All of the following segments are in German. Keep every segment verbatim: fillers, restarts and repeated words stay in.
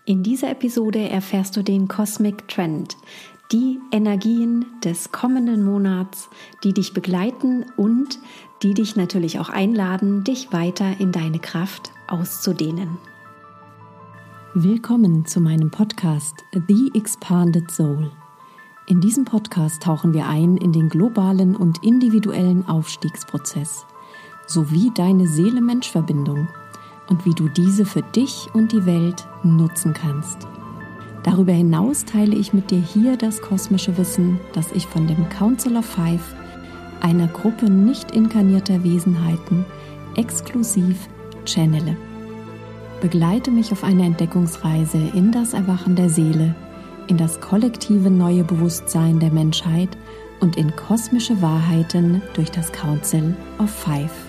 In dieser Episode erfährst du den Cosmic Trend, die Energien des kommenden Monats, die dich begleiten und die dich natürlich auch einladen, dich weiter in deine Kraft auszudehnen. Willkommen zu meinem Podcast The Expanded Soul. In diesem Podcast tauchen wir ein in den globalen und individuellen Aufstiegsprozess sowie deine Seele-Mensch-Verbindung und wie du diese für dich und die Welt nutzen kannst. Darüber hinaus teile ich mit dir hier das kosmische Wissen, das ich von dem Council of Five, einer Gruppe nicht inkarnierter Wesenheiten, exklusiv channele. Begleite mich auf eine Entdeckungsreise in das Erwachen der Seele, in das kollektive neue Bewusstsein der Menschheit und in kosmische Wahrheiten durch das Council of Five.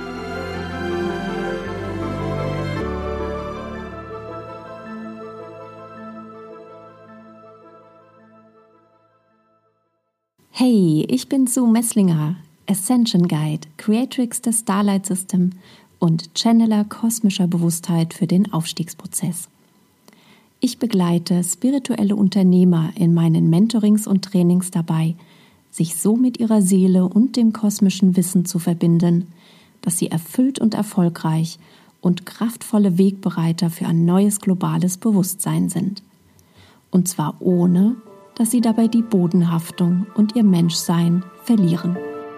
Hey, ich bin Sue Messlinger, Ascension Guide, Creatrix des Starlight System und Channeler kosmischer Bewusstheit für den Aufstiegsprozess. Ich begleite spirituelle Unternehmer in meinen Mentorings und Trainings dabei, sich so mit ihrer Seele und dem kosmischen Wissen zu verbinden, dass sie erfüllt und erfolgreich und kraftvolle Wegbereiter für ein neues globales Bewusstsein sind. Und zwar ohne, dass sie dabei die Bodenhaftung und ihr Menschsein verlieren.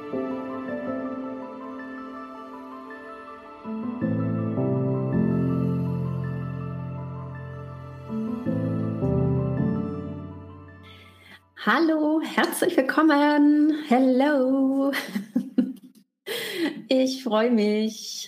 Hallo, herzlich willkommen. Hello. Ich freue mich.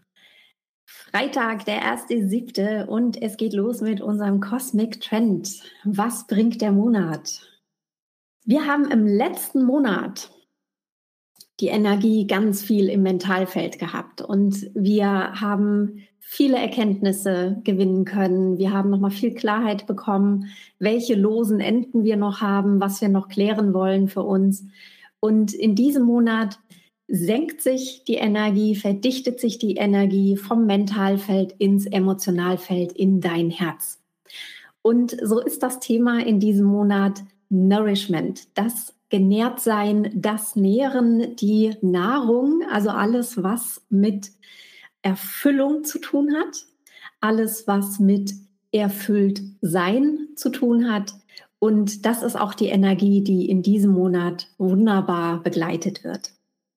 Freitag, der erste siebte und es geht los mit unserem Cosmic Trend. Was bringt der Monat? Wir haben im letzten Monat die Energie ganz viel im Mentalfeld gehabt und wir haben viele Erkenntnisse gewinnen können. Wir haben nochmal viel Klarheit bekommen, welche losen Enden wir noch haben, was wir noch klären wollen für uns. Und in diesem Monat senkt sich die Energie, verdichtet sich die Energie vom Mentalfeld ins Emotionalfeld, in dein Herz. Und so ist das Thema in diesem Monat Nourishment, das Genährtsein, das Nähren, die Nahrung, also alles, was mit Erfüllung zu tun hat, alles, was mit erfüllt sein zu tun hat. Und das ist auch die Energie, die in diesem Monat wunderbar begleitet wird.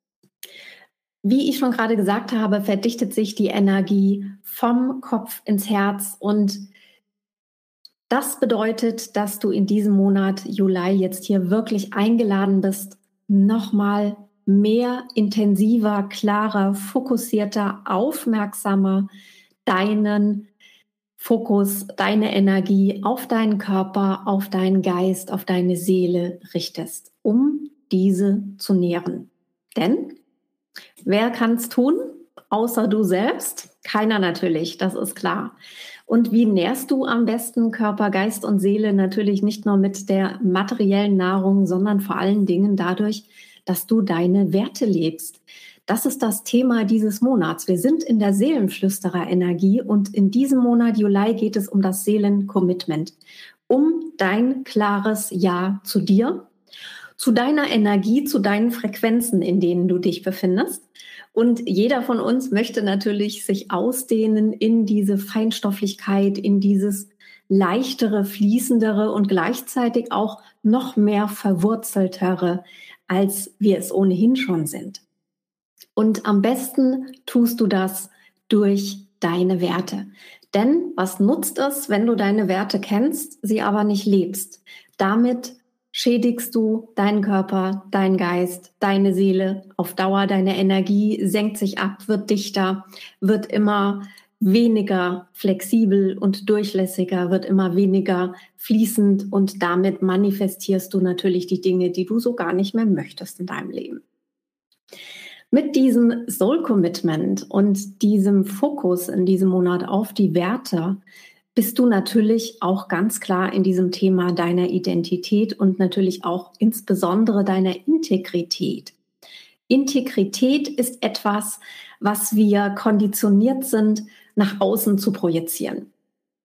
Wie ich schon gerade gesagt habe, verdichtet sich die Energie vom Kopf ins Herz und das bedeutet, dass du in diesem Monat Juli jetzt hier wirklich eingeladen bist, nochmal mehr, intensiver, klarer, fokussierter, aufmerksamer deinen Fokus, deine Energie auf deinen Körper, auf deinen Geist, auf deine Seele richtest, um diese zu nähren. Denn wer kann es tun, außer du selbst? Keiner natürlich, das ist klar. Und wie nährst du am besten Körper, Geist und Seele? Natürlich nicht nur mit der materiellen Nahrung, sondern vor allen Dingen dadurch, dass du deine Werte lebst. Das ist das Thema dieses Monats. Wir sind in der Seelenflüsterer-Energie und in diesem Monat Juli geht es um das Seelencommitment, um dein klares Ja zu dir, zu deiner Energie, zu deinen Frequenzen, in denen du dich befindest. Und jeder von uns möchte natürlich sich ausdehnen in diese Feinstofflichkeit, in dieses leichtere, fließendere und gleichzeitig auch noch mehr verwurzeltere, als wir es ohnehin schon sind. Und am besten tust du das durch deine Werte. Denn was nutzt es, wenn du deine Werte kennst, sie aber nicht lebst? Damit schädigst du deinen Körper, deinen Geist, deine Seele auf Dauer. Deine Energie senkt sich ab, wird dichter, wird immer weniger flexibel und durchlässiger, wird immer weniger fließend und damit manifestierst du natürlich die Dinge, die du so gar nicht mehr möchtest in deinem Leben. Mit diesem Soul Commitment und diesem Fokus in diesem Monat auf die Werte bist du natürlich auch ganz klar in diesem Thema deiner Identität und natürlich auch insbesondere deiner Integrität. Integrität ist etwas, was wir konditioniert sind, nach außen zu projizieren.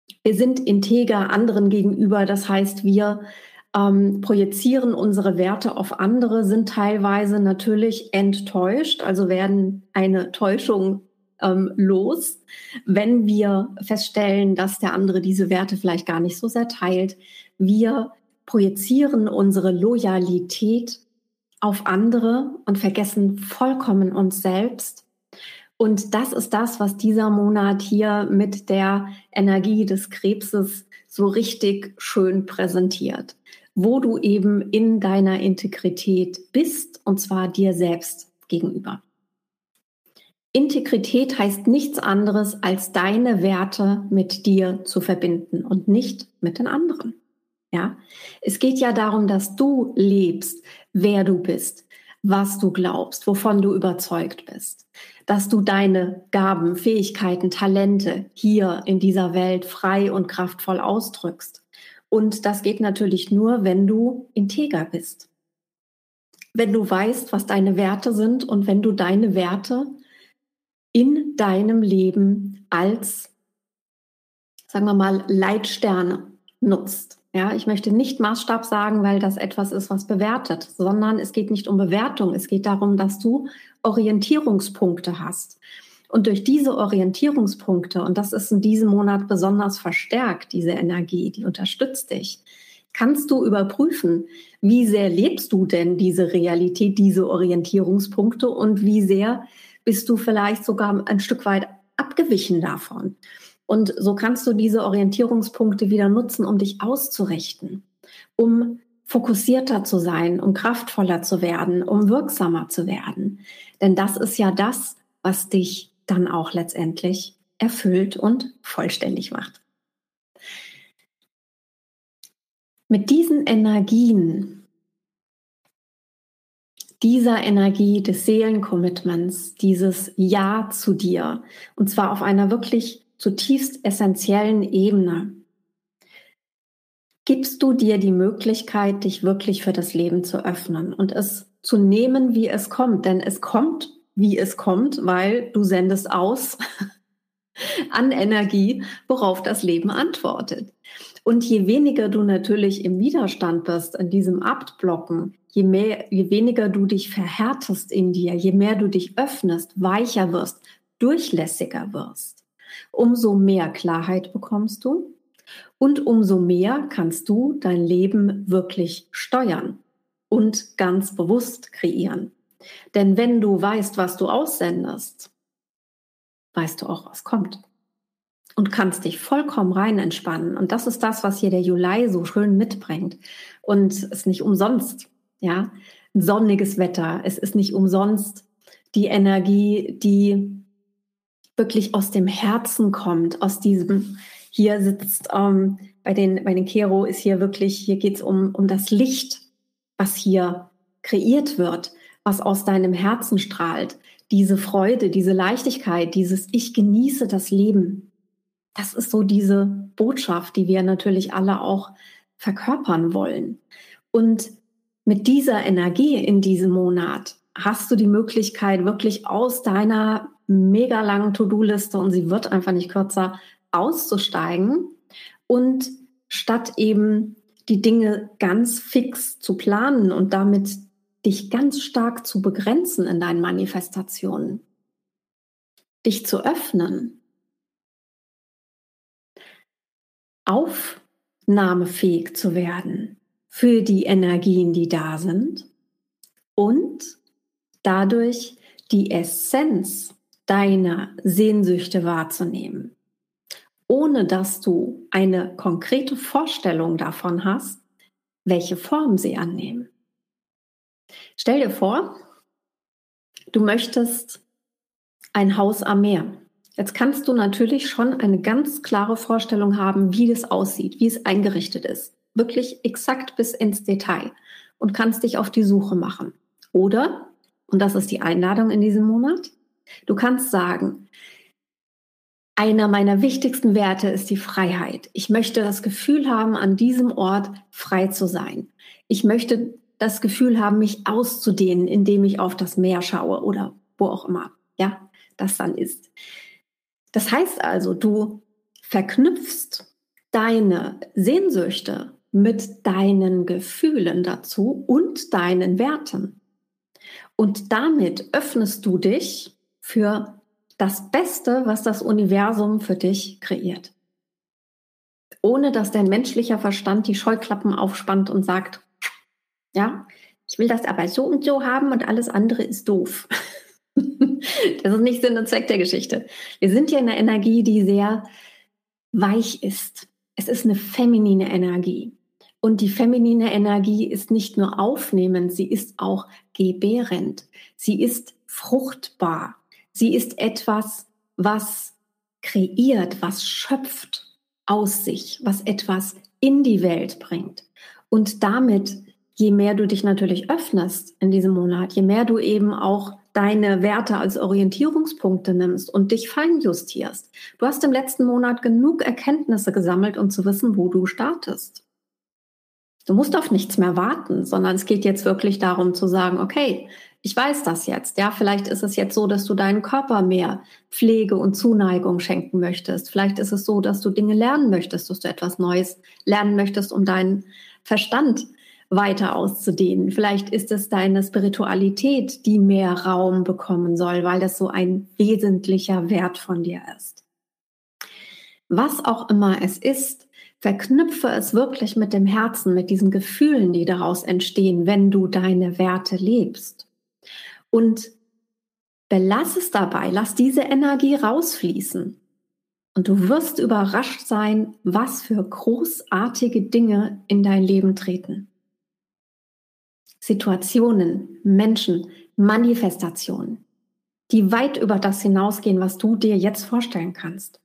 Wir sind integer anderen gegenüber, das heißt, wir ähm, projizieren unsere Werte auf andere, sind teilweise natürlich enttäuscht, also werden eine Täuschung ähm, los, wenn wir feststellen, dass der andere diese Werte vielleicht gar nicht so sehr teilt. Wir projizieren unsere Loyalität auf andere und vergessen vollkommen uns selbst. Und das ist das, was dieser Monat hier mit der Energie des Krebses so richtig schön präsentiert, wo du eben in deiner Integrität bist, und zwar dir selbst gegenüber. Integrität heißt nichts anderes, als deine Werte mit dir zu verbinden und nicht mit den anderen. Ja? Es geht ja darum, dass du lebst, wer du bist, was du glaubst, wovon du überzeugt bist, dass du deine Gaben, Fähigkeiten, Talente hier in dieser Welt frei und kraftvoll ausdrückst. Und das geht natürlich nur, wenn du integer bist. Wenn du weißt, was deine Werte sind und wenn du deine Werte in deinem Leben als, sagen wir mal, Leitsterne nutzt. Ja, ich möchte nicht Maßstab sagen, weil das etwas ist, was bewertet, sondern es geht nicht um Bewertung. Es geht darum, dass du Orientierungspunkte hast. Und durch diese Orientierungspunkte, und das ist in diesem Monat besonders verstärkt, diese Energie, die unterstützt dich, kannst du überprüfen, wie sehr lebst du denn diese Realität, diese Orientierungspunkte und wie sehr bist du vielleicht sogar ein Stück weit abgewichen davon. Und so kannst du diese Orientierungspunkte wieder nutzen, um dich auszurichten, um fokussierter zu sein, um kraftvoller zu werden, um wirksamer zu werden. Denn das ist ja das, was dich dann auch letztendlich erfüllt und vollständig macht. Mit diesen Energien, dieser Energie des Seelencommitments, dieses Ja zu dir, und zwar auf einer wirklich zutiefst essentiellen Ebene, gibst du dir die Möglichkeit, dich wirklich für das Leben zu öffnen und es zu nehmen, wie es kommt. Denn es kommt, wie es kommt, weil du sendest aus an Energie, worauf das Leben antwortet. Und je weniger du natürlich im Widerstand bist, in diesem Abblocken, je mehr, je weniger du dich verhärtest in dir, je mehr du dich öffnest, weicher wirst, durchlässiger wirst, umso mehr Klarheit bekommst du und umso mehr kannst du dein Leben wirklich steuern und ganz bewusst kreieren. Denn wenn du weißt, was du aussendest, weißt du auch, was kommt. Und kannst dich vollkommen rein entspannen. Und das ist das, was hier der Juli so schön mitbringt. Und es ist nicht umsonst, ja, sonniges Wetter. Es ist nicht umsonst die Energie, die wirklich aus dem Herzen kommt, aus diesem, hier sitzt, ähm, bei den, bei den Kero ist hier wirklich, hier geht es um, um das Licht, was hier kreiert wird, was aus deinem Herzen strahlt. Diese Freude, diese Leichtigkeit, dieses Ich genieße das Leben. Das ist so diese Botschaft, die wir natürlich alle auch verkörpern wollen. Und mit dieser Energie in diesem Monat hast du die Möglichkeit, wirklich aus deiner mega langen To-Do-Liste, und sie wird einfach nicht kürzer, auszusteigen und statt eben die Dinge ganz fix zu planen und damit dich ganz stark zu begrenzen in deinen Manifestationen, dich zu öffnen, aufnahmefähig zu werden für die Energien, die da sind und dadurch die Essenz deiner Sehnsüchte wahrzunehmen, ohne dass du eine konkrete Vorstellung davon hast, welche Form sie annehmen. Stell dir vor, du möchtest ein Haus am Meer. Jetzt kannst du natürlich schon eine ganz klare Vorstellung haben, wie das aussieht, wie es eingerichtet ist. Wirklich exakt bis ins Detail und kannst dich auf die Suche machen. Oder, und das ist die Einladung in diesem Monat, du kannst sagen, einer meiner wichtigsten Werte ist die Freiheit. Ich möchte das Gefühl haben, an diesem Ort frei zu sein. Ich möchte das Gefühl haben, mich auszudehnen, indem ich auf das Meer schaue oder wo auch immer, ja, das dann ist. Das heißt also, du verknüpfst deine Sehnsüchte mit deinen Gefühlen dazu und deinen Werten. Und damit öffnest du dich für das Beste, was das Universum für dich kreiert. Ohne dass dein menschlicher Verstand die Scheuklappen aufspannt und sagt, ja, ich will das aber so und so haben und alles andere ist doof. Das ist nicht Sinn und Zweck der Geschichte. Wir sind ja in einer Energie, die sehr weich ist. Es ist eine feminine Energie. Und die feminine Energie ist nicht nur aufnehmend, sie ist auch gebärend. Sie ist fruchtbar. Sie ist etwas, was kreiert, was schöpft aus sich, was etwas in die Welt bringt. Und damit, je mehr du dich natürlich öffnest in diesem Monat, je mehr du eben auch deine Werte als Orientierungspunkte nimmst und dich feinjustierst. Du hast im letzten Monat genug Erkenntnisse gesammelt, um zu wissen, wo du startest. Du musst auf nichts mehr warten, sondern es geht jetzt wirklich darum zu sagen, okay, ich weiß das jetzt. Ja, vielleicht ist es jetzt so, dass du deinen Körper mehr Pflege und Zuneigung schenken möchtest. Vielleicht ist es so, dass du Dinge lernen möchtest, dass du etwas Neues lernen möchtest, um deinen Verstand weiter auszudehnen. Vielleicht ist es deine Spiritualität, die mehr Raum bekommen soll, weil das so ein wesentlicher Wert von dir ist. Was auch immer es ist, verknüpfe es wirklich mit dem Herzen, mit diesen Gefühlen, die daraus entstehen, wenn du deine Werte lebst. Und belass es dabei, lass diese Energie rausfließen. Und du wirst überrascht sein, was für großartige Dinge in dein Leben treten. Situationen, Menschen, Manifestationen, die weit über das hinausgehen, was du dir jetzt vorstellen kannst.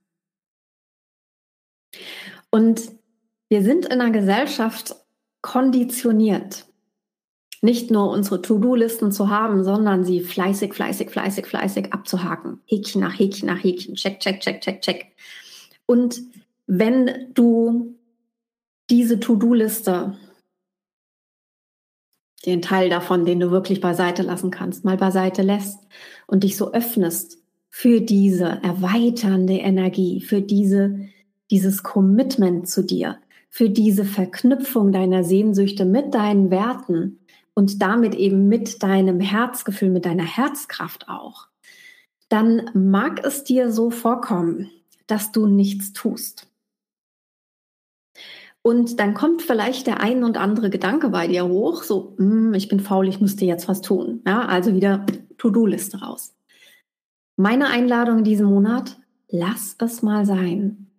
Und wir sind in einer Gesellschaft konditioniert, nicht nur unsere To-Do-Listen zu haben, sondern sie fleißig, fleißig, fleißig, fleißig abzuhaken. Häkchen nach Häkchen nach Häkchen, check, check, check, check, check. Und wenn du diese To-Do-Liste, den Teil davon, den du wirklich beiseite lassen kannst, mal beiseite lässt und dich so öffnest für diese erweiternde Energie, für diese, dieses Commitment zu dir, für diese Verknüpfung deiner Sehnsüchte mit deinen Werten und damit eben mit deinem Herzgefühl, mit deiner Herzkraft auch, dann mag es dir so vorkommen, dass du nichts tust. Und dann kommt vielleicht der ein und andere Gedanke bei dir hoch, so, hm, ich bin faul, ich müsste jetzt was tun. Ja, also wieder To-Do-Liste raus. Meine Einladung in diesem Monat, lass es mal sein.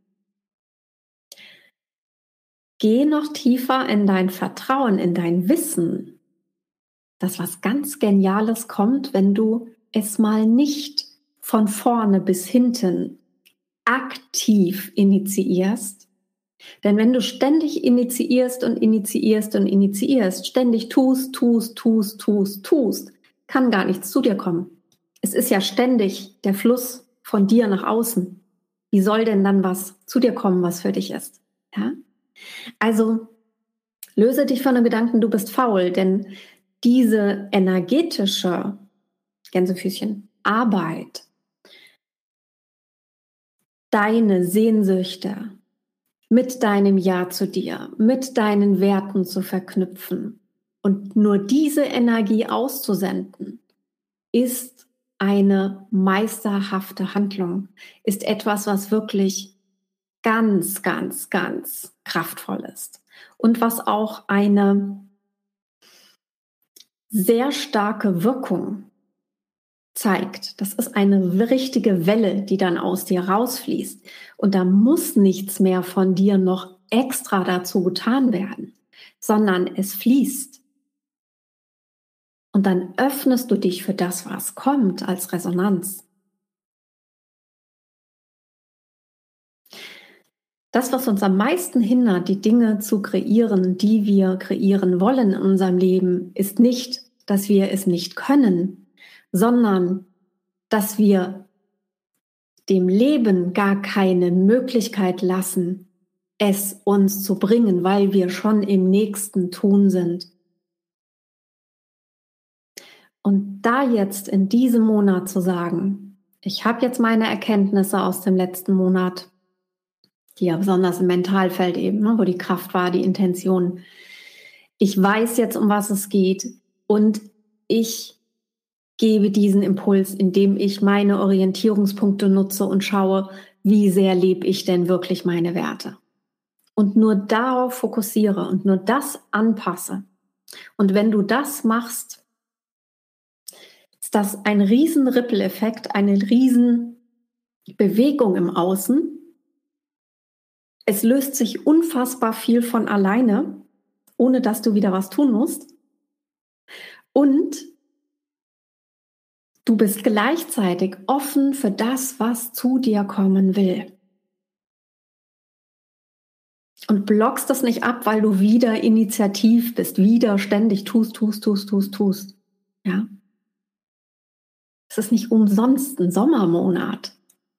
Geh noch tiefer in dein Vertrauen, in dein Wissen, dass was ganz Geniales kommt, wenn du es mal nicht von vorne bis hinten aktiv initiierst. Denn wenn du ständig initiierst und initiierst und initiierst, ständig tust, tust, tust, tust, tust, kann gar nichts zu dir kommen. Es ist ja ständig der Fluss von dir nach außen. Wie soll denn dann was zu dir kommen, was für dich ist? Ja? Also löse dich von dem Gedanken, du bist faul, denn diese energetische Gänsefüßchen Arbeit, deine Sehnsüchte mit deinem Ja zu dir, mit deinen Werten zu verknüpfen und nur diese Energie auszusenden, ist eine meisterhafte Handlung, ist etwas, was wirklich ganz, ganz, ganz kraftvoll ist und was auch eine sehr starke Wirkung zeigt. Das ist eine richtige Welle, die dann aus dir rausfließt. Und da muss nichts mehr von dir noch extra dazu getan werden, sondern es fließt. Und dann öffnest du dich für das, was kommt, als Resonanz. Das, was uns am meisten hindert, die Dinge zu kreieren, die wir kreieren wollen in unserem Leben, ist nicht, dass wir es nicht können, sondern dass wir dem Leben gar keine Möglichkeit lassen, es uns zu bringen, weil wir schon im nächsten Tun sind. Und da jetzt in diesem Monat zu sagen, ich habe jetzt meine Erkenntnisse aus dem letzten Monat, die ja besonders im Mentalfeld eben, ne, wo die Kraft war, die Intention. Ich weiß jetzt, um was es geht und ich gebe diesen Impuls, indem ich meine Orientierungspunkte nutze und schaue, wie sehr lebe ich denn wirklich meine Werte. Und nur darauf fokussiere und nur das anpasse. Und wenn du das machst, ist das ein riesen Ripple-Effekt, eine riesen Bewegung im Außen. Es löst sich unfassbar viel von alleine, ohne dass du wieder was tun musst. Und du bist gleichzeitig offen für das, was zu dir kommen will. Und blockst das nicht ab, weil du wieder initiativ bist, wieder ständig tust, tust, tust, tust, tust. Ja? Es ist nicht umsonst ein Sommermonat.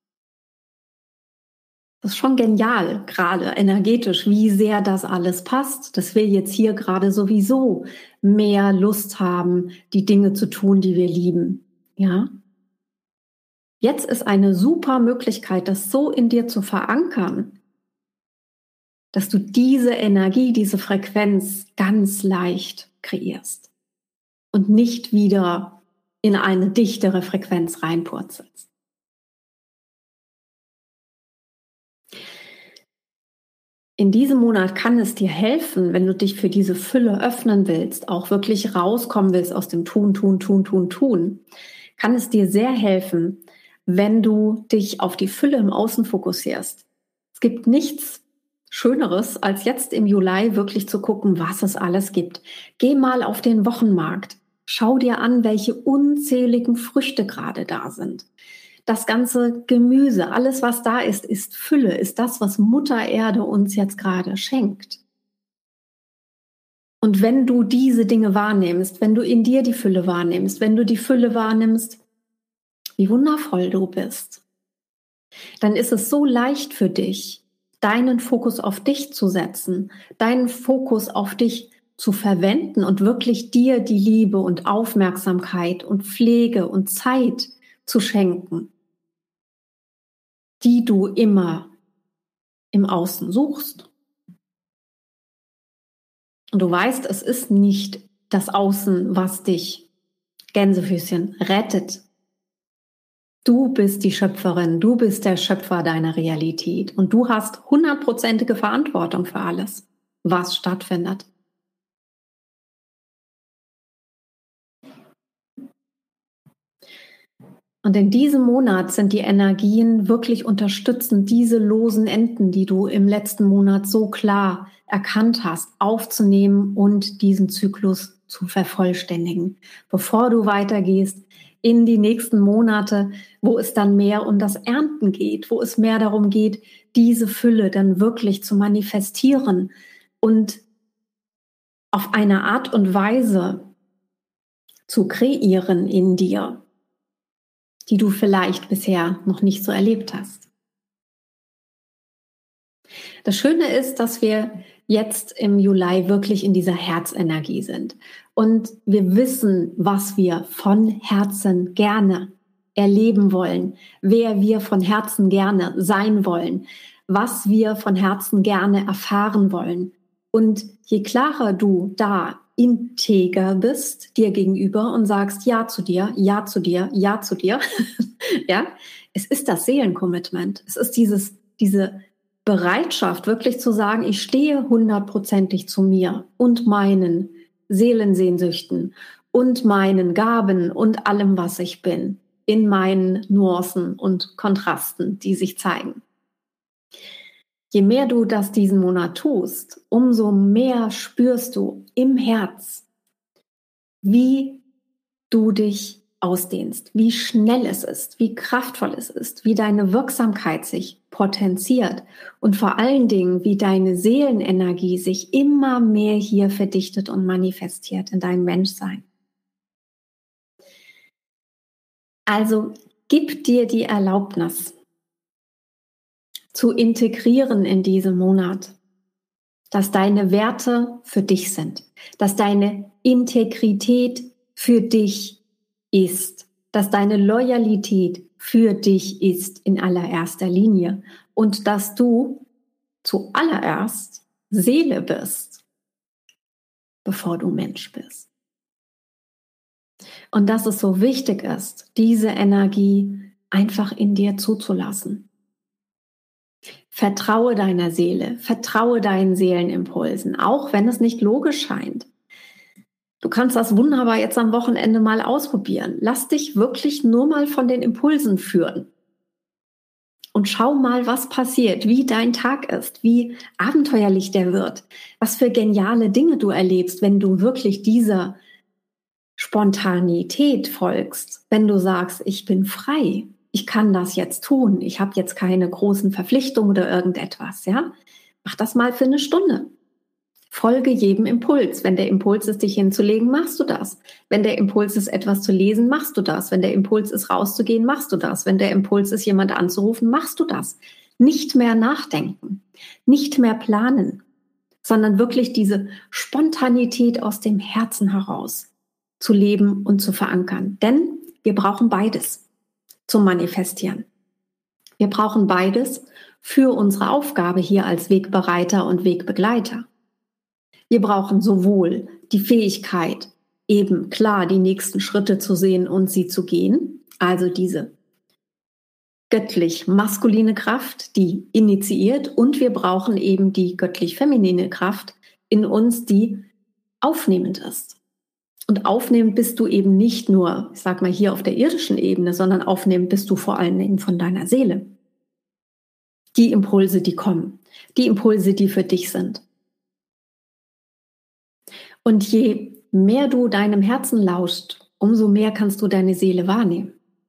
Das ist schon genial, gerade energetisch, wie sehr das alles passt, dass wir jetzt hier gerade sowieso mehr Lust haben, die Dinge zu tun, die wir lieben. Ja? Jetzt ist eine super Möglichkeit, das so in dir zu verankern, dass du diese Energie, diese Frequenz ganz leicht kreierst und nicht wieder in eine dichtere Frequenz reinpurzelst. In diesem Monat kann es dir helfen, wenn du dich für diese Fülle öffnen willst, auch wirklich rauskommen willst aus dem Tun, Tun, Tun, Tun, Tun, kann es dir sehr helfen, wenn du dich auf die Fülle im Außen fokussierst. Es gibt nichts Schöneres, als jetzt im Juli wirklich zu gucken, was es alles gibt. Geh mal auf den Wochenmarkt. Schau dir an, welche unzähligen Früchte gerade da sind. Das ganze Gemüse, alles, was da ist, ist Fülle, ist das, was Mutter Erde uns jetzt gerade schenkt. Und wenn du diese Dinge wahrnimmst, wenn du in dir die Fülle wahrnimmst, wenn du die Fülle wahrnimmst, wie wundervoll du bist, dann ist es so leicht für dich, deinen Fokus auf dich zu setzen, deinen Fokus auf dich zu verwenden und wirklich dir die Liebe und Aufmerksamkeit und Pflege und Zeit zu schenken, die du immer im Außen suchst. Und du weißt, es ist nicht das Außen, was dich, Gänsefüßchen, rettet. Du bist die Schöpferin, du bist der Schöpfer deiner Realität und du hast hundertprozentige Verantwortung für alles, was stattfindet. Und in diesem Monat sind die Energien wirklich unterstützend, diese losen Enden, die du im letzten Monat so klar erkannt hast, aufzunehmen und diesen Zyklus zu vervollständigen, bevor du weitergehst in die nächsten Monate, wo es dann mehr um das Ernten geht, wo es mehr darum geht, diese Fülle dann wirklich zu manifestieren und auf eine Art und Weise zu kreieren in dir, die du vielleicht bisher noch nicht so erlebt hast. Das Schöne ist, dass wir jetzt im Juli wirklich in dieser Herzenergie sind. Und wir wissen, was wir von Herzen gerne erleben wollen, wer wir von Herzen gerne sein wollen, was wir von Herzen gerne erfahren wollen. Und je klarer du da integer bist dir gegenüber und sagst Ja zu dir, Ja zu dir, Ja zu dir, ja, es ist das Seelencommitment. Es ist dieses, diese Bereitschaft, wirklich zu sagen, ich stehe hundertprozentig zu mir und meinen Seelensehnsüchten und meinen Gaben und allem, was ich bin, in meinen Nuancen und Kontrasten, die sich zeigen. Je mehr du das diesen Monat tust, umso mehr spürst du im Herz, wie du dich ausdehnst, wie schnell es ist, wie kraftvoll es ist, wie deine Wirksamkeit sich potenziert und vor allen Dingen, wie deine Seelenenergie sich immer mehr hier verdichtet und manifestiert in deinem Menschsein. Also gib dir die Erlaubnis, zu integrieren in diesem Monat, dass deine Werte für dich sind, dass deine Integrität für dich ist, dass deine Loyalität für dich ist in allererster Linie und dass du zuallererst Seele bist, bevor du Mensch bist. Und dass es so wichtig ist, diese Energie einfach in dir zuzulassen. Vertraue deiner Seele, vertraue deinen Seelenimpulsen, auch wenn es nicht logisch scheint. Du kannst das wunderbar jetzt am Wochenende mal ausprobieren. Lass dich wirklich nur mal von den Impulsen führen. Und schau mal, was passiert, wie dein Tag ist, wie abenteuerlich der wird, was für geniale Dinge du erlebst, wenn du wirklich dieser Spontanität folgst, wenn du sagst, ich bin frei, ich kann das jetzt tun, ich habe jetzt keine großen Verpflichtungen oder irgendetwas, ja? Mach das mal für eine Stunde. Folge jedem Impuls. Wenn der Impuls ist, dich hinzulegen, machst du das. Wenn der Impuls ist, etwas zu lesen, machst du das. Wenn der Impuls ist, rauszugehen, machst du das. Wenn der Impuls ist, jemand anzurufen, machst du das. Nicht mehr nachdenken, nicht mehr planen, sondern wirklich diese Spontanität aus dem Herzen heraus zu leben und zu verankern. Denn wir brauchen beides zum Manifestieren. Wir brauchen beides für unsere Aufgabe hier als Wegbereiter und Wegbegleiter. Wir brauchen sowohl die Fähigkeit, eben klar die nächsten Schritte zu sehen und sie zu gehen, also diese göttlich-maskuline Kraft, die initiiert, und wir brauchen eben die göttlich-feminine Kraft in uns, die aufnehmend ist. Und aufnehmend bist du eben nicht nur, ich sag mal, hier auf der irdischen Ebene, sondern aufnehmend bist du vor allen Dingen von deiner Seele. Die Impulse, die kommen, die Impulse, die für dich sind. Und je mehr du deinem Herzen lauschst, umso mehr kannst du deine Seele wahrnehmen.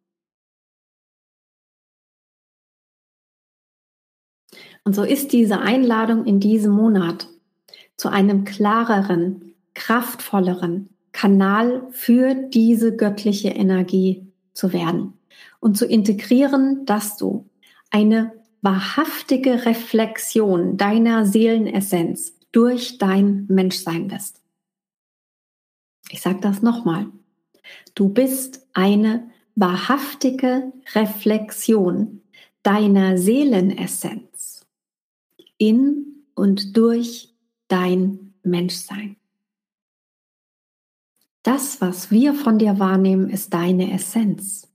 Und so ist diese Einladung in diesem Monat zu einem klareren, kraftvolleren Kanal für diese göttliche Energie zu werden und zu integrieren, dass du eine wahrhaftige Reflexion deiner Seelenessenz durch dein Menschsein bist. Ich sage das nochmal. Du bist eine wahrhaftige Reflexion deiner Seelenessenz in und durch dein Menschsein. Das, was wir von dir wahrnehmen, ist deine Essenz.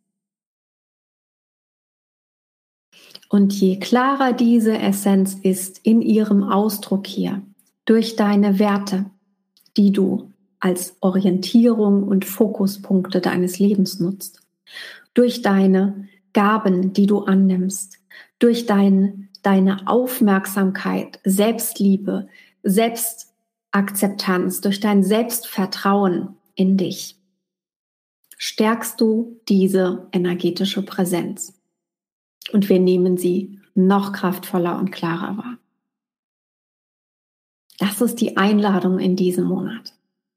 Und je klarer diese Essenz ist in ihrem Ausdruck hier, durch deine Werte, die du als Orientierung und Fokuspunkte deines Lebens nutzt, durch deine Gaben, die du annimmst, durch dein, deine Aufmerksamkeit, Selbstliebe, Selbstakzeptanz, durch dein Selbstvertrauen in dich, stärkst du diese energetische Präsenz. Und wir nehmen sie noch kraftvoller und klarer wahr. Das ist die Einladung in diesem Monat.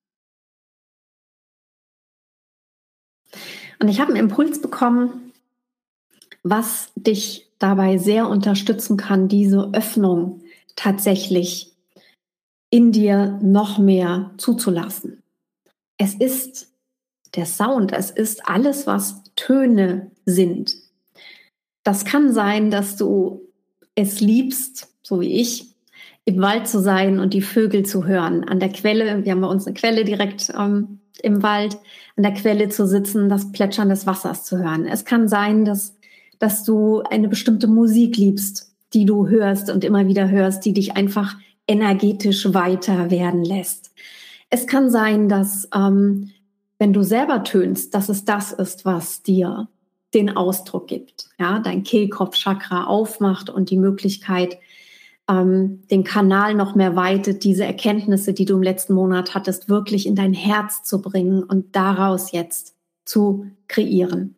Und ich habe einen Impuls bekommen, was dich dabei sehr unterstützen kann, diese Öffnung tatsächlich in dir noch mehr zuzulassen. Es ist der Sound, es ist alles, was Töne sind. Das kann sein, dass du es liebst, so wie ich, im Wald zu sein und die Vögel zu hören, an der Quelle, wir haben bei uns eine Quelle direkt ähm, im Wald, an der Quelle zu sitzen, das Plätschern des Wassers zu hören. Es kann sein, dass, dass du eine bestimmte Musik liebst, die du hörst und immer wieder hörst, die dich einfach energetisch weiter werden lässt. Es kann sein, dass ähm, wenn du selber tönst, dass es das ist, was dir den Ausdruck gibt, ja, dein Kehlkopfchakra aufmacht und die Möglichkeit, ähm, den Kanal noch mehr weitet, diese Erkenntnisse, die du im letzten Monat hattest, wirklich in dein Herz zu bringen und daraus jetzt zu kreieren.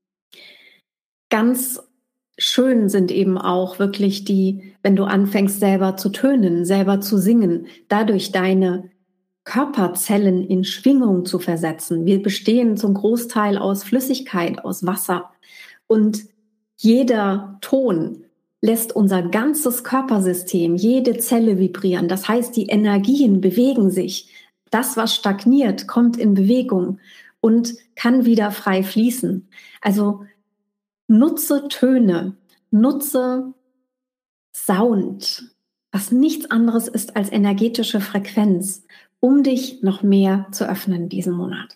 Ganz schön sind eben auch wirklich die, wenn du anfängst selber zu tönen, selber zu singen, dadurch deine Körperzellen in Schwingung zu versetzen. Wir bestehen zum Großteil aus Flüssigkeit, aus Wasser. Und jeder Ton lässt unser ganzes Körpersystem, jede Zelle vibrieren. Das heißt, die Energien bewegen sich. Das, was stagniert, kommt in Bewegung und kann wieder frei fließen. Also nutze Töne, nutze Sound, was nichts anderes ist als energetische Frequenz, um dich noch mehr zu öffnen in diesem Monat.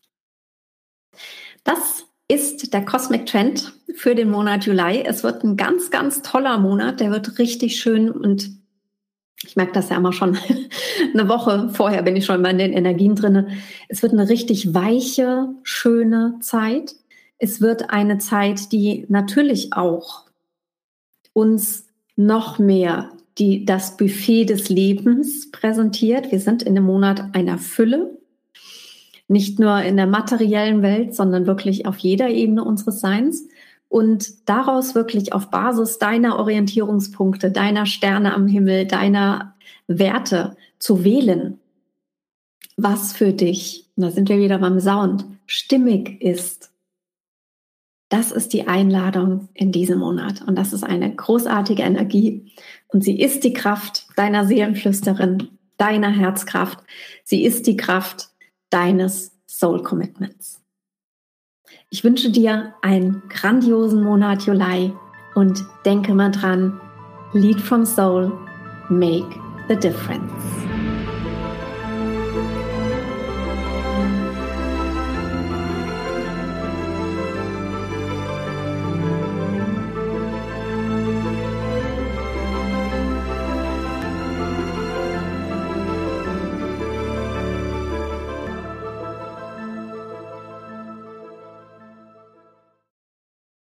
Das ist der Cosmic Trend für den Monat Juli. Es wird ein ganz, ganz toller Monat. Der wird richtig schön und ich merke das ja immer schon eine Woche vorher bin ich schon mal in den Energien drin. Es wird eine richtig weiche, schöne Zeit. Es wird eine Zeit, die natürlich auch uns noch mehr die, das Buffet des Lebens präsentiert. Wir sind in dem Monat einer Fülle. Nicht nur in der materiellen Welt, sondern wirklich auf jeder Ebene unseres Seins. Und daraus wirklich auf Basis deiner Orientierungspunkte, deiner Sterne am Himmel, deiner Werte zu wählen, was für dich, und da sind wir wieder beim Sound, stimmig ist. Das ist die Einladung in diesem Monat. Und das ist eine großartige Energie. Und sie ist die Kraft deiner Seelenflüsterin, deiner Herzkraft. Sie ist die Kraft deines Soul Commitments. Ich wünsche dir einen grandiosen Monat Juli und denke mal dran, Lead from Soul, make the difference.